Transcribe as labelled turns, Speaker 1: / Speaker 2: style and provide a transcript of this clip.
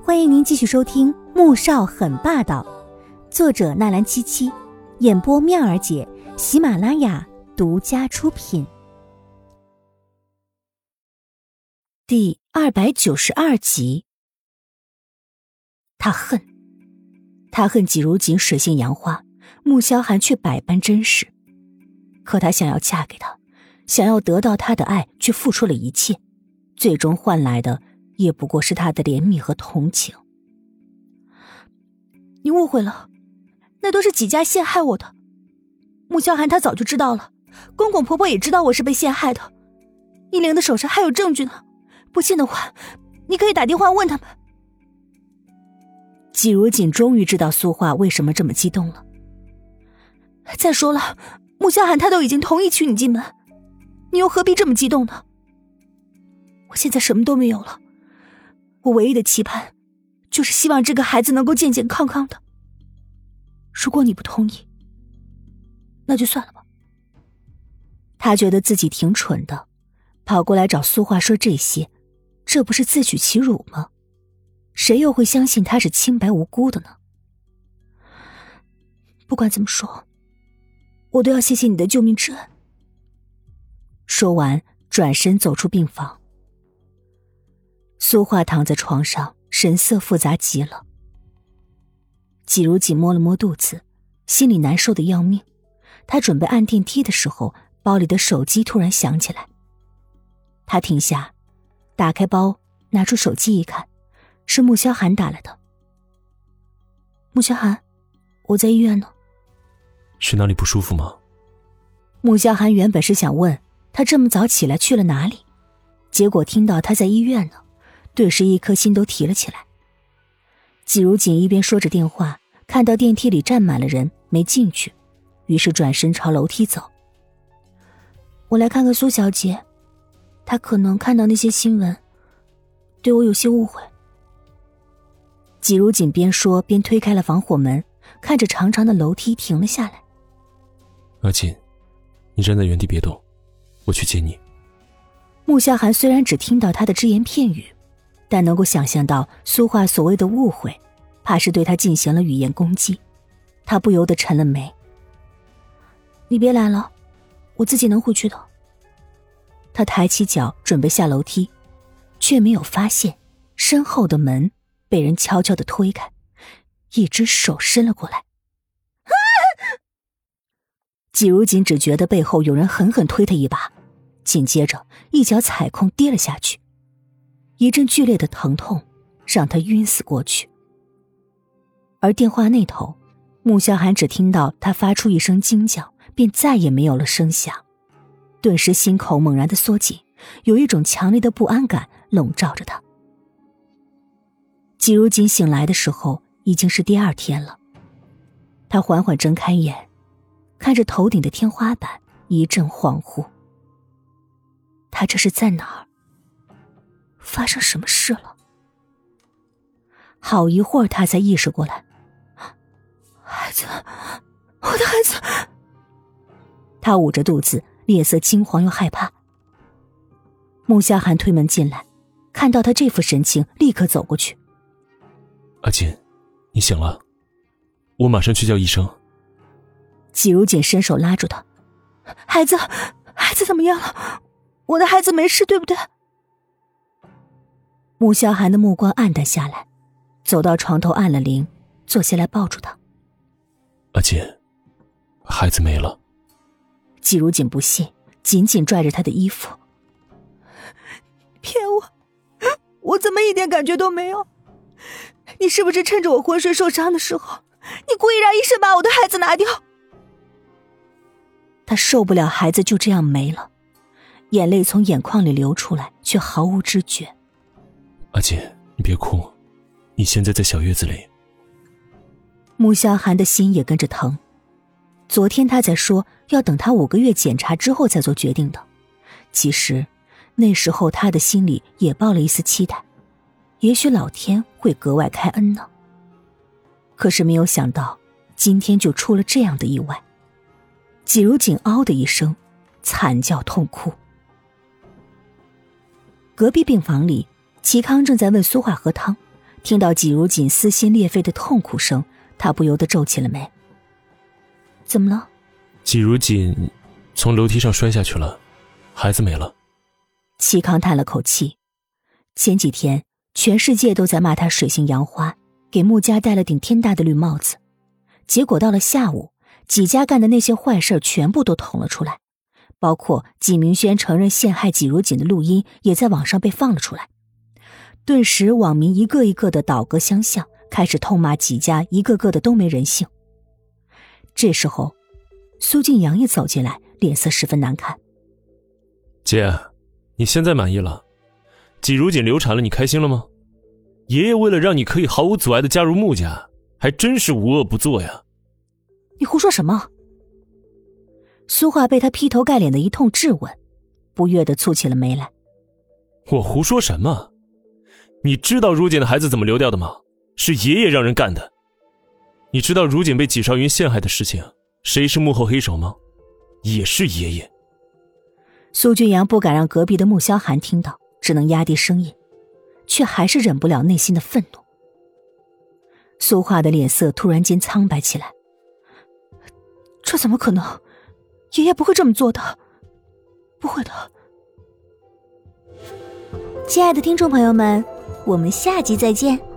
Speaker 1: 欢迎您继续收听《穆少很霸道》，作者纳兰七七，演播妙儿姐，喜马拉雅独家出品。第292集。他恨季如锦水性杨花，穆萧寒却百般珍视。可他想要嫁给他，想要得到他的爱，却付出了一切，最终换来的也不过是他的怜悯和同情。你误会了，那都是几家陷害我的。穆萧寒他早就知道了，公公婆婆也知道我是被陷害的，依灵的手上还有证据呢，不信的话你可以打电话问他们。季如锦终于知道苏画为什么这么激动了。再说了，穆萧寒他都已经同意娶你进门，你又何必这么激动呢？我现在什么都没有了，我唯一的期盼就是希望这个孩子能够健健康康的。如果你不同意，那就算了吧。他觉得自己挺蠢的，跑过来找苏画说这些，这不是自取其辱吗？谁又会相信他是清白无辜的呢？不管怎么说，我都要谢谢你的救命之恩。说完，转身走出病房。苏画躺在床上，神色复杂极了。季如锦摸了摸肚子，心里难受的要命。他准备按电梯的时候，包里的手机突然响起来。他停下，打开包，拿出手机一看，是穆萧寒打来的。穆萧寒，我在医院呢。
Speaker 2: 是哪里不舒服吗？
Speaker 1: 穆萧寒原本是想问他这么早起来去了哪里，结果听到他在医院呢，顿时一颗心都提了起来。季如锦一边说着电话，看到电梯里站满了人，没进去，于是转身朝楼梯走。我来看看苏小姐，她可能看到那些新闻，对我有些误会。季如锦边说边推开了防火门，看着长长的楼梯停了下来。
Speaker 2: 阿锦，你站在原地别动，我去接你。
Speaker 1: 穆萧寒虽然只听到他的只言片语，但能够想象到苏画所谓的误会，怕是对他进行了语言攻击。他不由得沉了眉。你别来了，我自己能回去的。他抬起脚准备下楼梯，却没有发现身后的门被人悄悄地推开，一只手伸了过来。季如锦只觉得背后有人狠狠推他一把，紧接着一脚踩空跌了下去，一阵剧烈的疼痛让他晕死过去。而电话那头，穆萧寒只听到他发出一声惊叫，便再也没有了声响，顿时心口猛然的缩紧，有一种强烈的不安感笼罩着他。季如锦醒来的时候已经是第二天了，他缓缓睁开眼，看着头顶的天花板，一阵恍惚。他这是在哪儿？发生什么事了？好一会儿他才意识过来，孩子，我的孩子。他捂着肚子，脸色惊惶又害怕。穆萧寒推门进来，看到他这副神情，立刻走过去。
Speaker 2: 阿锦，你醒了，我马上去叫医生。
Speaker 1: 季如锦伸手拉住他，孩子怎么样了？我的孩子没事对不对？穆萧寒的目光黯淡下来，走到床头按了铃，坐下来抱住他。
Speaker 2: 阿锦，孩子没了。
Speaker 1: 季如锦不信，紧紧拽着他的衣服。骗我，我怎么一点感觉都没有？你是不是趁着我昏睡受伤的时候，你故意让医生把我的孩子拿掉？他受不了孩子就这样没了，眼泪从眼眶里流出来，却毫无知觉。
Speaker 2: 阿锦，你别哭，你现在在小月子里。
Speaker 1: 穆萧寒的心也跟着疼。昨天他在说要等他5个月检查之后再做决定的，其实那时候他的心里也抱了一丝期待，也许老天会格外开恩呢。可是没有想到今天就出了这样的意外。季如锦嗷的一声惨叫痛哭。隔壁病房里，齐康正在问苏画喝汤， 听到季如锦撕心裂肺的痛苦声，他不由得皱起了眉。怎么了？
Speaker 2: 季如锦从楼梯上摔下去了，孩子没了。
Speaker 1: 嵇康叹了口气，前几天全世界都在骂他水性杨花，给穆家戴了顶天大的绿帽子，结果到了下午，季家干的那些坏事全部都捅了出来，包括季明轩承认陷害季如锦的录音也在网上被放了出来。顿时网民一个一个的倒戈相向，开始痛骂季家一个个的都没人性。这时候苏静阳也走进来，脸色十分难看。
Speaker 2: 姐，你现在满意了？季如锦流产了，你开心了吗？爷爷为了让你可以毫无阻碍地加入穆家，还真是无恶不作呀。
Speaker 1: 你胡说什么？苏画被他劈头盖脸的一通质问，不悦地蹙起了眉来。
Speaker 2: 我胡说什么？你知道如锦的孩子怎么流掉的吗？是爷爷让人干的。你知道如锦被纪少云陷害的事情，谁是幕后黑手吗？也是爷爷。
Speaker 1: 苏俊阳不敢让隔壁的穆萧寒听到，只能压低声音，却还是忍不了内心的愤怒。苏画的脸色突然间苍白起来。这怎么可能？爷爷不会这么做的，不会的。亲爱的听众朋友们，我们下集再见。